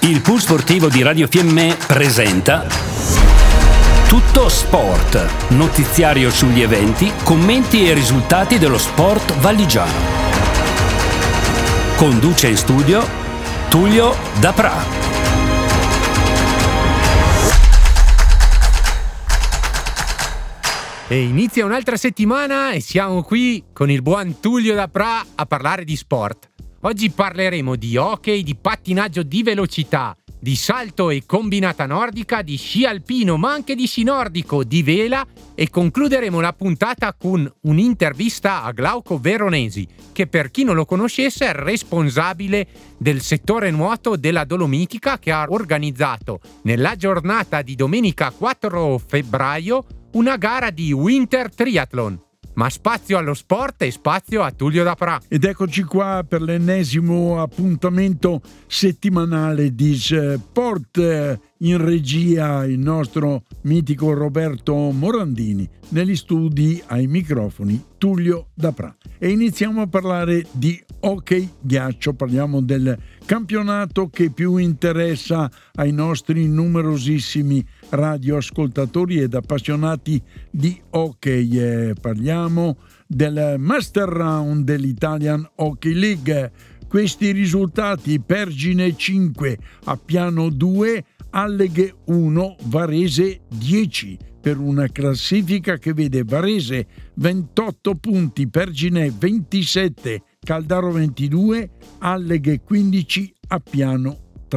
Il pool sportivo di Radio Fiemme presenta Tutto Sport, notiziario sugli eventi, commenti e risultati dello sport valligiano. Conduce in studio Tullio Dapra. E inizia un'altra settimana e siamo qui con il buon Tullio Dapra a parlare di sport. Oggi parleremo di hockey, di pattinaggio di velocità, di salto e combinata nordica, di sci alpino ma anche di sci nordico, di vela e concluderemo la puntata con un'intervista a Glauco Veronesi che, per chi non lo conoscesse, è responsabile del settore nuoto della Dolomitica, che ha organizzato nella giornata di domenica 4 febbraio una gara di Winter Triathlon. Ma spazio allo sport e spazio a Tullio Dapra. Ed eccoci qua per l'ennesimo appuntamento settimanale di Sport. In regia il nostro mitico Roberto Morandini, negli studi ai microfoni Tullio Dapra. E iniziamo a parlare di hockey ghiaccio. Parliamo del campionato che più interessa ai nostri numerosissimi radioascoltatori ed appassionati di hockey. Parliamo del Master Round dell'Italian Hockey League. Questi risultati: Pergine 5, Appiano 2, Alleghe 1, Varese 10, per una classifica che vede Varese 28 punti, Pergine 27, Caldaro 22, Alleghe 15, Appiano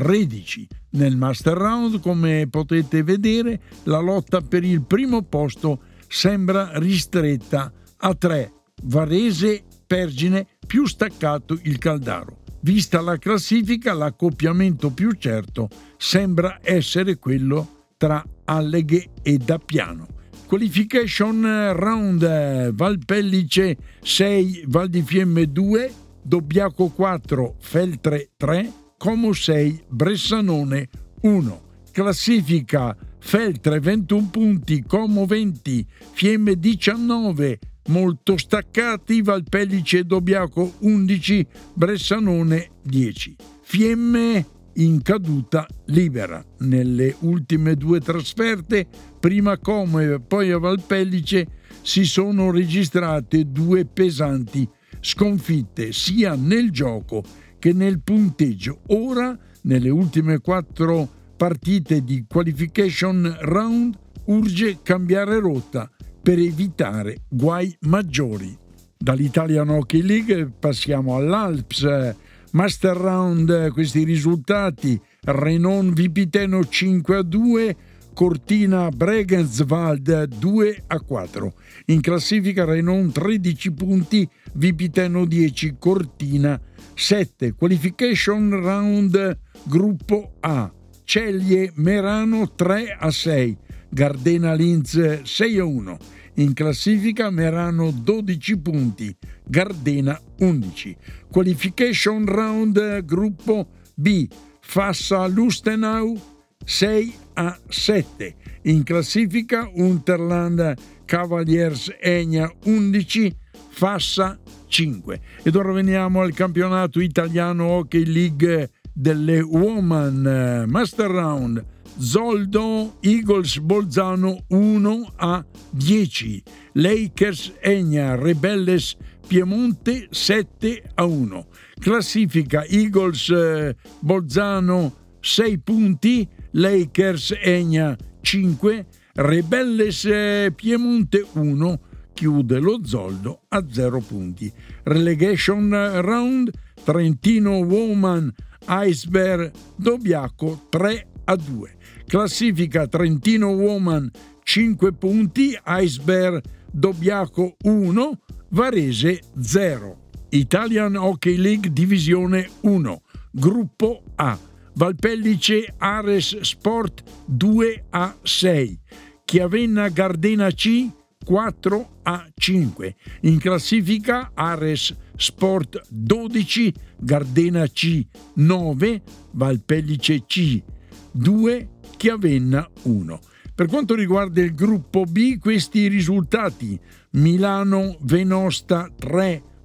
13. Nel Master Round, come potete vedere, la lotta per il primo posto sembra ristretta a 3, Varese, Pergine, più staccato il Caldaro. Vista la classifica, l'accoppiamento più certo sembra essere quello tra Alleghe ed Appiano. Qualification round: Valpellice 6, Val di Fiemme 2, Dobbiaco 4, Feltre 3, Como 6, Bressanone 1. Classifica: Feltre 21 punti, Como 20, Fiemme 19, molto staccati Valpellice e Dobbiaco 11, Bressanone 10. Fiemme in caduta libera. Nelle ultime due trasferte, prima a Como e poi a Valpellice, si sono registrate due pesanti sconfitte sia nel gioco che nel punteggio. Ora, nelle ultime 4 partite di qualification round, urge cambiare rotta per evitare guai maggiori. Dall'Italian Hockey League passiamo all'Alps Master Round. Questi risultati: Renon Vipiteno 5-2, Cortina Bregenzwald 2-4. In classifica Renon 13 punti, Vipiteno 10, Cortina 7. Qualification round gruppo A: Ceglie Merano 3-6, Gardena Linz 6-1. In classifica Merano 12 punti, Gardena 11. Qualification round gruppo B: Fassa Lustenau 6-7. In classifica Unterland Cavaliers Egna 11, Fassa 5. Ed ora veniamo al campionato italiano Hockey League delle Women Master Round. Zoldo Eagles Bolzano 1-10, Lakers Egna Rebelles Piemonte 7-1. Classifica: Eagles Bolzano 6 punti, Lakers Egna 5, Rebelles Piemonte 1, chiude lo Zoldo a 0 punti. Relegation round: Trentino Woman Iceberg Dobbiaco 3-2. Classifica: Trentino Woman 5 punti, Iceberg Dobbiaco 1, Varese 0. Italian Hockey League Divisione 1, Gruppo A: Valpellice Ares Sport 2-6, Chiavenna Gardena C 4-5. In classifica Ares Sport 12, Gardena C 9, Valpellice C 2, Chiavenna 1. Per quanto riguarda il gruppo B, questi risultati: Milano Venosta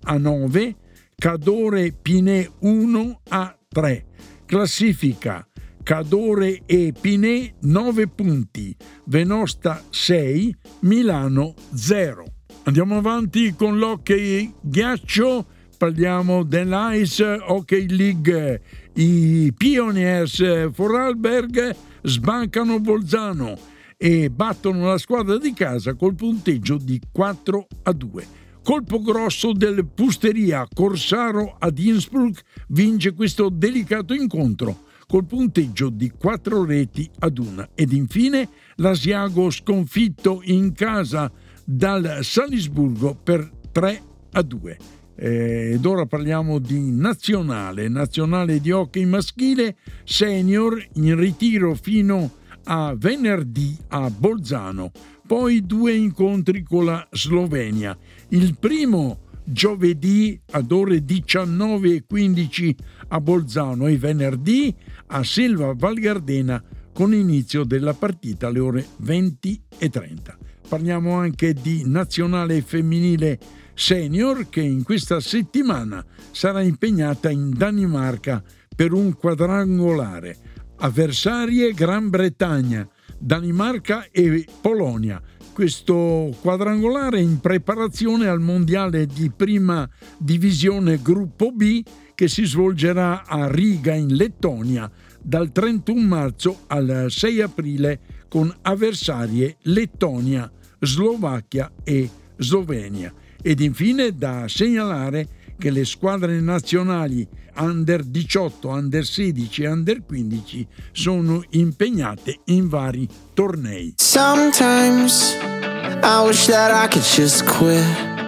3-9, Cadore Pinè 1-3. Classifica: Cadore e Pinè 9 punti, Venosta 6, Milano 0. Andiamo avanti con l'hockey ghiaccio, parliamo dell'Ice Hockey League. I Pioneers Vorarlberg sbancano Bolzano e battono la squadra di casa col punteggio di 4-2. Colpo grosso del Pusteria Corsaro ad Innsbruck vince questo delicato incontro col punteggio di 4-1. Ed infine l'Asiago sconfitto in casa dal Salisburgo per 3-2. Ed ora parliamo di nazionale di hockey maschile senior in ritiro fino a venerdì a Bolzano, poi 2 incontri con la Slovenia. Il primo giovedì ad ore 19:15 a Bolzano e venerdì a Selva Val Gardena con inizio della partita alle ore 20:30. Parliamo anche di nazionale femminile senior che in questa settimana sarà impegnata in Danimarca per un quadrangolare. Avversarie Gran Bretagna, Danimarca e Polonia. Questo quadrangolare in preparazione al mondiale di prima divisione gruppo B che si svolgerà a Riga in Lettonia dal 31 marzo al 6 aprile con avversarie Lettonia, Slovacchia e Slovenia. Ed infine da segnalare che le squadre nazionali Under 18, Under 16 e Under 15 sono impegnate in vari tornei. Sometimes I wish that I could just quit,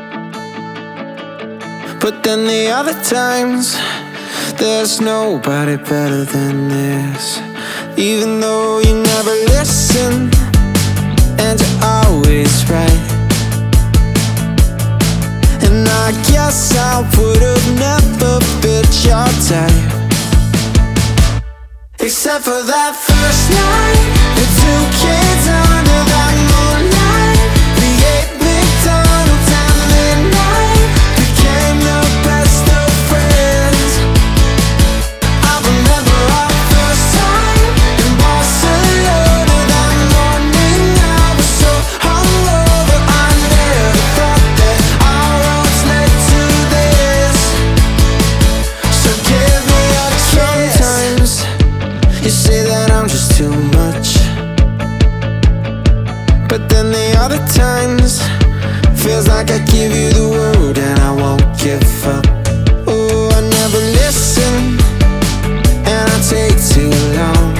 but then the other times there's nobody better than this. Even though you never listen and you're always right, and I guess I would've never been your type, except for that first night, the 2 kids under that moonlight. We ate McDonald's at midnight, became the best of friends. I remember our first time in Barcelona. That morning I was so hungover, I never thought that our roads led to this. So give me a kiss. Sometimes you say that I'm just too much, but then the other times feels like I give you the word and I won't give up. Oh, I never listen and I take too long,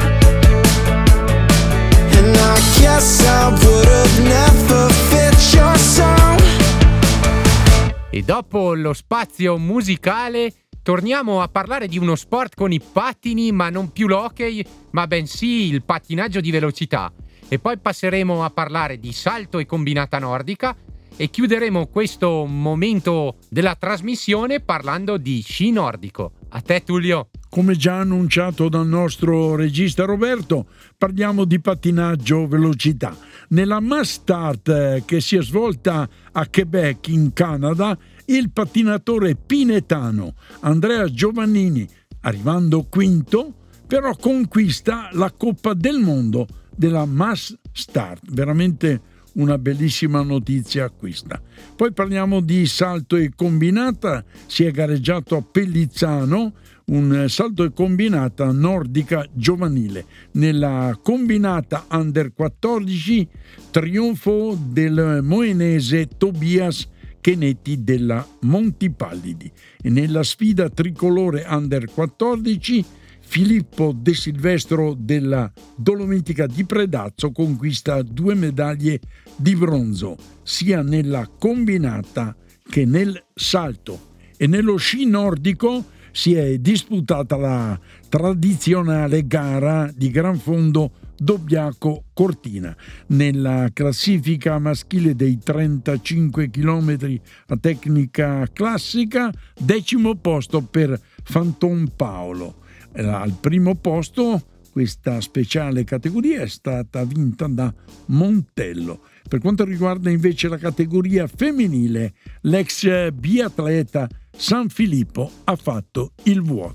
and I guess I would've never fit your song. E dopo lo spazio musicale torniamo a parlare di uno sport con i pattini, ma non più l'hockey, ma bensì il pattinaggio di velocità. E poi passeremo a parlare di salto e combinata nordica e chiuderemo questo momento della trasmissione parlando di sci nordico. A te, Tullio. Come già annunciato dal nostro regista Roberto, parliamo di pattinaggio velocità. Nella Mass Start che si è svolta a Quebec in Canada, il pattinatore pinetano Andrea Giovannini, arrivando quinto, però conquista la Coppa del Mondo della Mass Start. Veramente una bellissima notizia questa. Poi parliamo di salto e combinata. Si è gareggiato a Pellizzano un salto e combinata nordica giovanile. Nella combinata Under 14 trionfo del moenese Tobias Chenetti della Montipallidi, e nella sfida tricolore Under 14 Filippo De Silvestro della Dolomitica di Predazzo conquista 2 medaglie di bronzo sia nella combinata che nel salto. E nello sci nordico si è disputata la tradizionale gara di Gran Fondo Dobbiaco Cortina. Nella classifica maschile dei 35 km a tecnica classica, 10° posto per Fanton Paolo. Al primo posto questa speciale categoria è stata vinta da Montello. Per quanto riguarda invece la categoria femminile, l'ex biatleta San Filippo ha fatto il vuoto.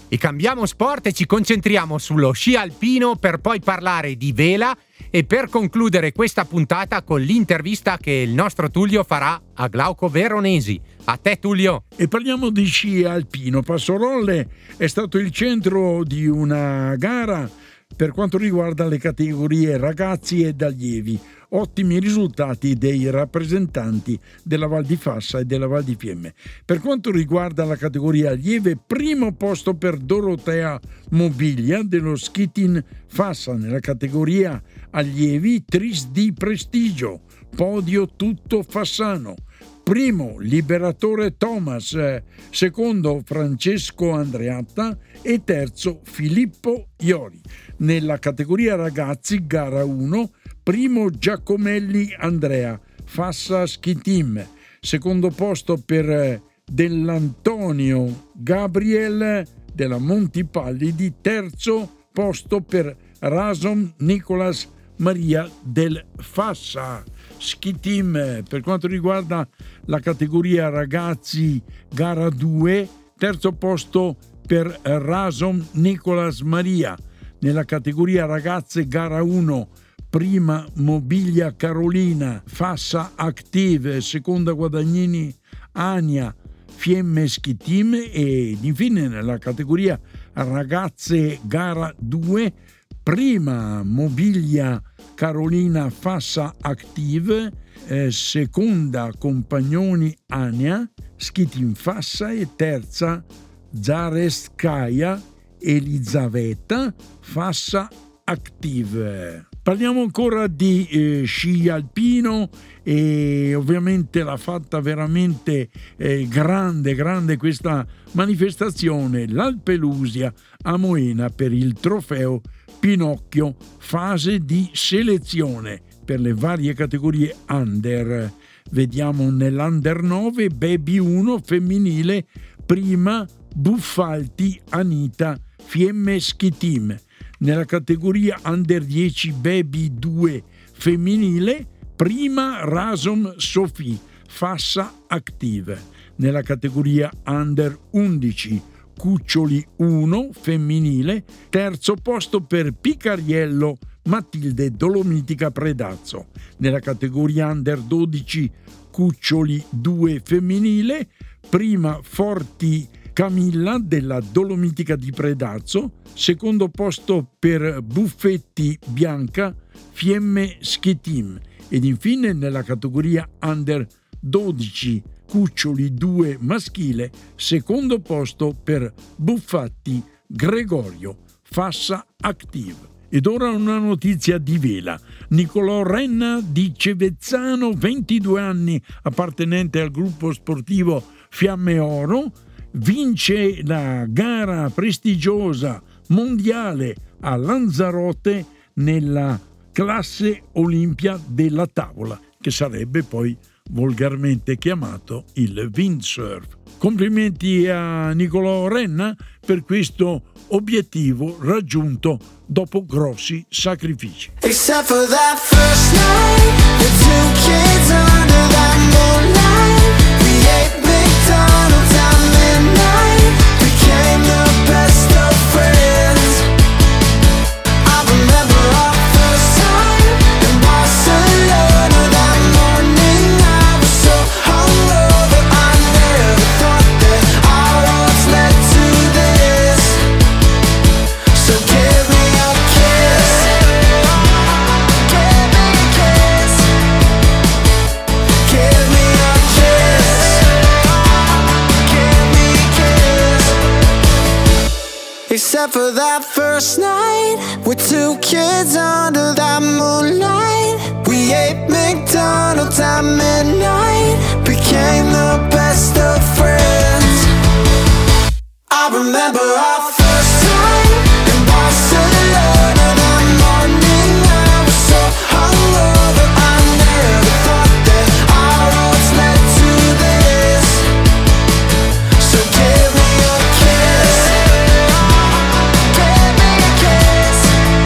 E cambiamo sport e ci concentriamo sullo sci alpino per poi parlare di vela e per concludere questa puntata con l'intervista che il nostro Tullio farà a Glauco Veronesi. A te Tullio! E parliamo di sci alpino. Passorolle è stato il centro di una gara per quanto riguarda le categorie ragazzi ed allievi. Ottimi risultati dei rappresentanti della Val di Fassa e della Val di Fiemme. Per quanto riguarda la categoria allieve, primo posto per Dorotea Mobilia dello Ski Team Fassa. Nella categoria allievi, Tris di Prestigio, podio tutto fassano. Primo Liberatore Thomas, secondo Francesco Andreatta e terzo Filippo Iori. Nella categoria ragazzi, gara 1, primo Giacomelli Andrea, Fassa Ski Team. Secondo posto per Dell'Antonio Gabriel della Montipallidi. Terzo posto per Rasom Nicolas Maria del Fassa Ski Team. Per quanto riguarda la categoria ragazzi, gara 2, terzo posto per Rasom Nicolas Maria. Nella categoria ragazze, gara 1, prima Mobilia Carolina, Fassa Active, seconda Guadagnini Ania, Fiemme Ski Team. E infine nella categoria ragazze, gara 2, prima Mobilia Carolina Fassa Active, seconda Compagnoni Ania Ski Team Fassa e terza Zareskaya Elisaveta Fassa Active. Parliamo ancora di sci alpino e ovviamente l'ha fatta veramente grande questa manifestazione, l'Alpelusia a Moena per il trofeo Pinocchio, fase di selezione per le varie categorie under. Vediamo nell'under 9 Baby 1 femminile, prima Buffalti Anita Fiemme Ski Team. Nella categoria under 10 Baby 2 femminile, prima Rasom Sophie Fassa Active. Nella categoria under 11 Cuccioli 1 femminile, terzo posto per Picariello Matilde Dolomitica Predazzo. Nella categoria under 12 Cuccioli 2 femminile, prima Forti Camilla della Dolomitica di Predazzo, secondo posto per Buffetti Bianca Fiemme Ski Team. Ed infine nella categoria under 12 Cuccioli 2 maschile, secondo posto per Buffatti Gregorio Fassa Active. Ed ora una notizia di vela. Nicolò Renna di Cevezzano, 22 anni, appartenente al gruppo sportivo Fiamme Oro, vince la gara prestigiosa mondiale a Lanzarote nella classe Olimpia della tavola, che sarebbe poi volgarmente chiamato il windsurf. Complimenti a Nicolò Renna per questo obiettivo raggiunto dopo grossi sacrifici. Except for that first night, the two kids under that moonlight. We ate McDonald's at midnight, became the best of friends. I remember our first time in Barcelona. That morning I was so hungover, I never thought that our roads led to this. So give me a kiss, give me a kiss, give me a kiss, give me a kiss. Except for that first night, with two kids under that moonlight. We ate McDonald's at midnight, became the best of friends. I remember our first time in Barcelona. That morning I was so hungover, I never thought that our roads led to this. So give me a kiss, give me a kiss,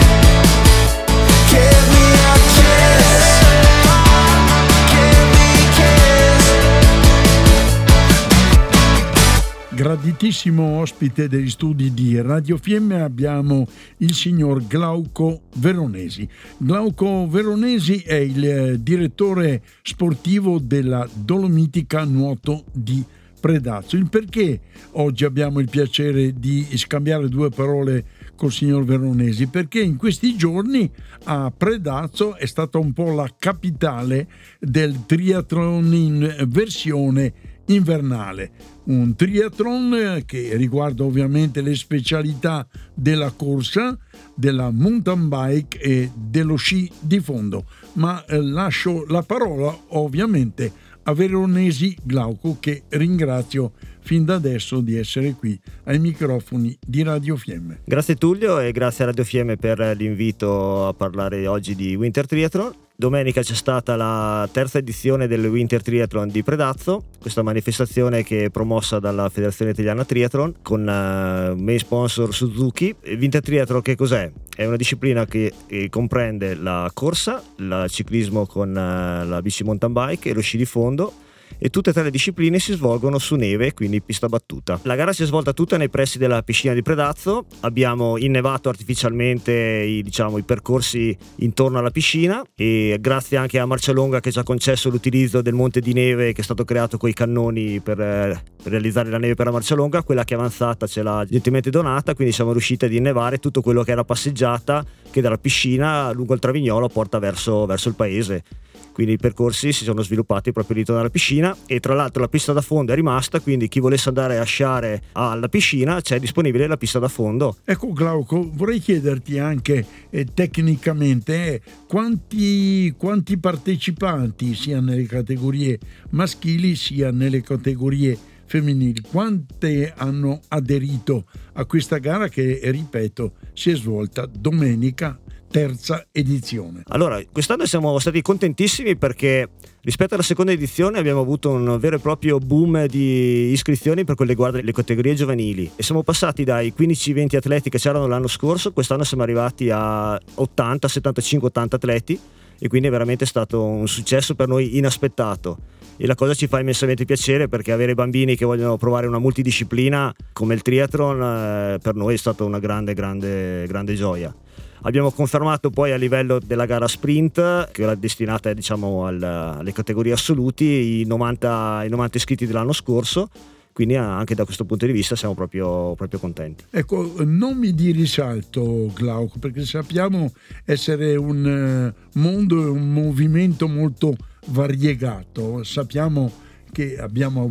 give me a kiss, give me a kiss. Graditissimo ospite degli studi di Radio Fiemme abbiamo il signor Glauco Veronesi. Glauco Veronesi è il direttore sportivo della Dolomitica Nuoto di Predazzo. Il perché oggi abbiamo il piacere di scambiare due parole col signor Veronesi? Perché in questi giorni a Predazzo è stata un po' la capitale del triathlon in versione invernale, un triathlon che riguarda ovviamente le specialità della corsa, della mountain bike e dello sci di fondo, ma lascio la parola ovviamente a Veronesi Glauco, che ringrazio fin da adesso di essere qui ai microfoni di Radio Fiemme. Grazie Tullio e grazie a Radio Fiemme per l'invito a parlare oggi di Winter Triathlon. Domenica c'è stata la terza edizione del Winter Triathlon di Predazzo, questa manifestazione che è promossa dalla Federazione Italiana Triathlon con main sponsor Suzuki. Il Winter Triathlon che cos'è? È una disciplina che comprende la corsa, il ciclismo con la bici mountain bike e lo sci di fondo, e tutte e tre le discipline si svolgono su neve, quindi pista battuta. La gara si è svolta tutta nei pressi della piscina di Predazzo. Abbiamo innevato artificialmente i percorsi intorno alla piscina, e grazie anche a Marcialonga che ci ha concesso l'utilizzo del monte di neve che è stato creato con i cannoni per realizzare la neve per la Marcialonga, quella che è avanzata ce l'ha gentilmente donata, quindi siamo riusciti ad innevare tutto quello che era passeggiata che dalla piscina lungo il Travignolo porta verso il paese. Quindi i percorsi si sono sviluppati proprio lì dalla piscina, e tra l'altro la pista da fondo è rimasta, quindi chi volesse andare a sciare alla piscina c'è disponibile la pista da fondo. Ecco Glauco, vorrei chiederti anche tecnicamente quanti partecipanti sia nelle categorie maschili sia nelle categorie femminili, quante hanno aderito a questa gara che, ripeto, si è svolta domenica, terza edizione. Allora, quest'anno siamo stati contentissimi perché rispetto alla seconda edizione abbiamo avuto un vero e proprio boom di iscrizioni per quelle che riguarda le categorie giovanili, e siamo passati dai 15-20 atleti che c'erano l'anno scorso, quest'anno siamo arrivati a 80, 75, 80 atleti, e quindi è veramente stato un successo per noi inaspettato, e la cosa ci fa immensamente piacere perché avere bambini che vogliono provare una multidisciplina come il triathlon per noi è stata una grande gioia. Abbiamo confermato poi a livello della gara sprint, che era destinata diciamo alle categorie assoluti, i 90 iscritti dell'anno scorso, quindi anche da questo punto di vista siamo proprio contenti. Ecco, non mi di risalto Glauco, perché sappiamo essere un mondo e un movimento molto variegato. Sappiamo che abbiamo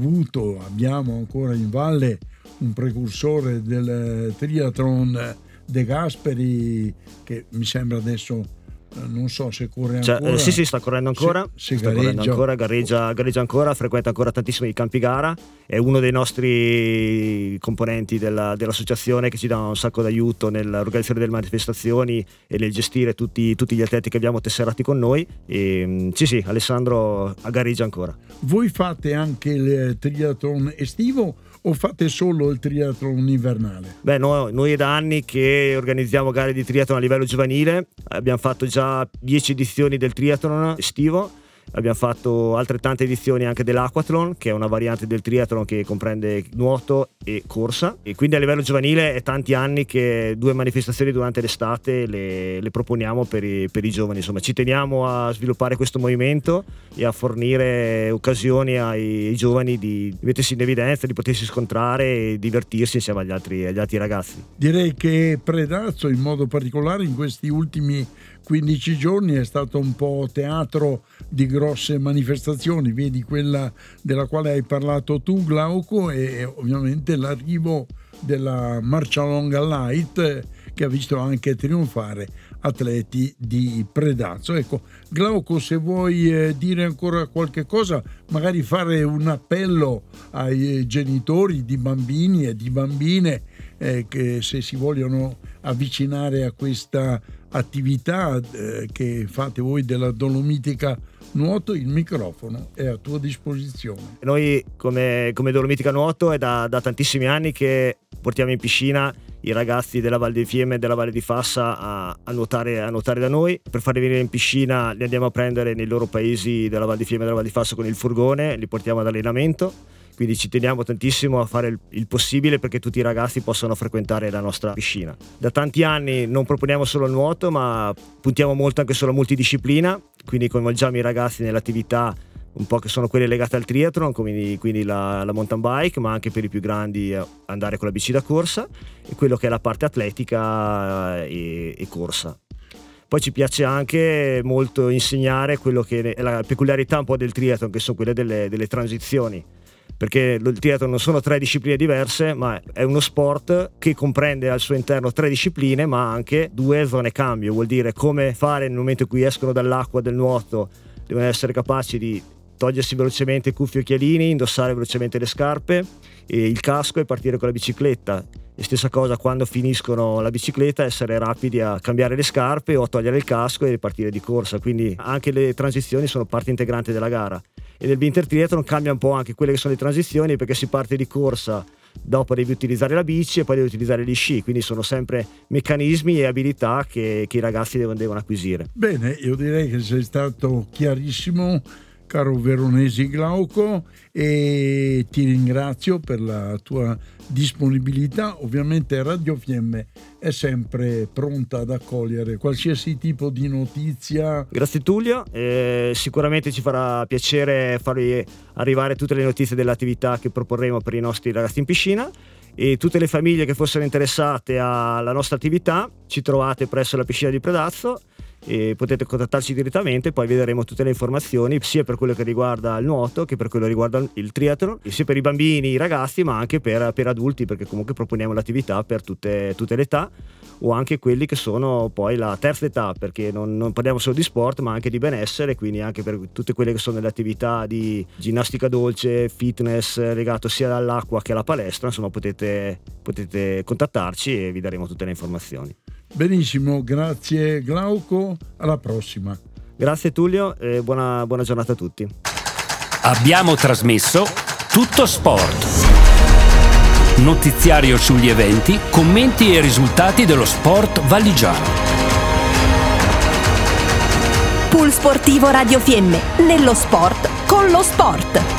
ancora in valle un precursore del triathlon, De Gasperi, che mi sembra adesso non so se corre ancora. Sì, sta correndo ancora. Gareggia ancora, frequenta ancora tantissimo i campi gara. È uno dei nostri componenti dell'associazione che ci dà un sacco d'aiuto nell'organizzazione delle manifestazioni e nel gestire tutti gli atleti che abbiamo tesserati con noi. E sì, Alessandro gareggia ancora. Voi fate anche il triathlon estivo o fate solo il triathlon invernale? Beh, noi è da anni che organizziamo gare di triathlon a livello giovanile. Abbiamo fatto già 10 edizioni del triathlon estivo. Abbiamo fatto altrettante edizioni anche dell'Aquathlon, che è una variante del triathlon che comprende nuoto e corsa, e quindi a livello giovanile è tanti anni che 2 manifestazioni durante l'estate le proponiamo per i giovani. Insomma, ci teniamo a sviluppare questo movimento e a fornire occasioni ai giovani di mettersi in evidenza, di potersi scontrare e divertirsi insieme agli altri ragazzi. Direi che Predazzo, in modo particolare in questi ultimi 15 giorni, è stato un po' teatro di grosse manifestazioni. Vedi quella della quale hai parlato tu Glauco, e ovviamente l'arrivo della Marcialonga Light, che ha visto anche trionfare atleti di Predazzo. Ecco Glauco, se vuoi dire ancora qualche cosa, magari fare un appello ai genitori di bambini e di bambine che se si vogliono avvicinare a questa attività che fate voi della Dolomitica Nuoto, il microfono è a tua disposizione. Noi come Dolomitica Nuoto è da tantissimi anni che portiamo in piscina i ragazzi della Val di Fiemme e della Valle di Fassa a nuotare da noi. Per farli venire in piscina li andiamo a prendere nei loro paesi della Val di Fiemme e della Val di Fassa con il furgone, li portiamo ad allenamento. quindi ci teniamo tantissimo a fare il possibile perché tutti i ragazzi possano frequentare la nostra piscina. Da tanti anni non proponiamo solo il nuoto, ma puntiamo molto anche sulla multidisciplina, quindi coinvolgiamo i ragazzi nelle attività un po' che sono quelle legate al triathlon, quindi la mountain bike, ma anche per i più grandi andare con la bici da corsa, e quello che è la parte atletica e corsa. Poi ci piace anche molto insegnare quello che è la peculiarità un po' del triathlon, che sono quelle delle transizioni, perché il triathlon non sono 3 discipline diverse, ma è uno sport che comprende al suo interno 3 discipline, ma anche 2 zone cambio. Vuol dire come fare nel momento in cui escono dall'acqua del nuoto, devono essere capaci di togliersi velocemente cuffie e occhialini, indossare velocemente le scarpe e il casco e partire con la bicicletta. E stessa cosa quando finiscono la bicicletta, essere rapidi a cambiare le scarpe o a togliere il casco e ripartire di corsa. Quindi anche le transizioni sono parte integrante della gara. E nel Winter Triathlon cambia un po' anche quelle che sono le transizioni, perché si parte di corsa, dopo devi utilizzare la bici e poi devi utilizzare gli sci, quindi sono sempre meccanismi e abilità che i ragazzi devono acquisire. Bene, io direi che sei stato chiarissimo, caro Veronesi Glauco, e ti ringrazio per la tua disponibilità. Ovviamente Radio Fiemme è sempre pronta ad accogliere qualsiasi tipo di notizia. Grazie Tullio, sicuramente ci farà piacere farvi arrivare tutte le notizie dell'attività che proporremo per i nostri ragazzi in piscina, e tutte le famiglie che fossero interessate alla nostra attività ci trovate presso la piscina di Predazzo e potete contattarci direttamente. Poi vedremo tutte le informazioni sia per quello che riguarda il nuoto che per quello che riguarda il triathlon, sia per i bambini, i ragazzi, ma anche per adulti, perché comunque proponiamo l'attività per tutte le età, o anche quelli che sono poi la terza età, perché non parliamo solo di sport ma anche di benessere, quindi anche per tutte quelle che sono le attività di ginnastica dolce, fitness legato sia all'acqua che alla palestra. Insomma potete contattarci e vi daremo tutte le informazioni. Benissimo, grazie Glauco, alla prossima. Grazie Tullio e buona giornata a tutti. Abbiamo trasmesso Tutto Sport. Notiziario sugli eventi, commenti e risultati dello sport valigiano. Pool sportivo Radio Fiemme, nello sport con lo sport.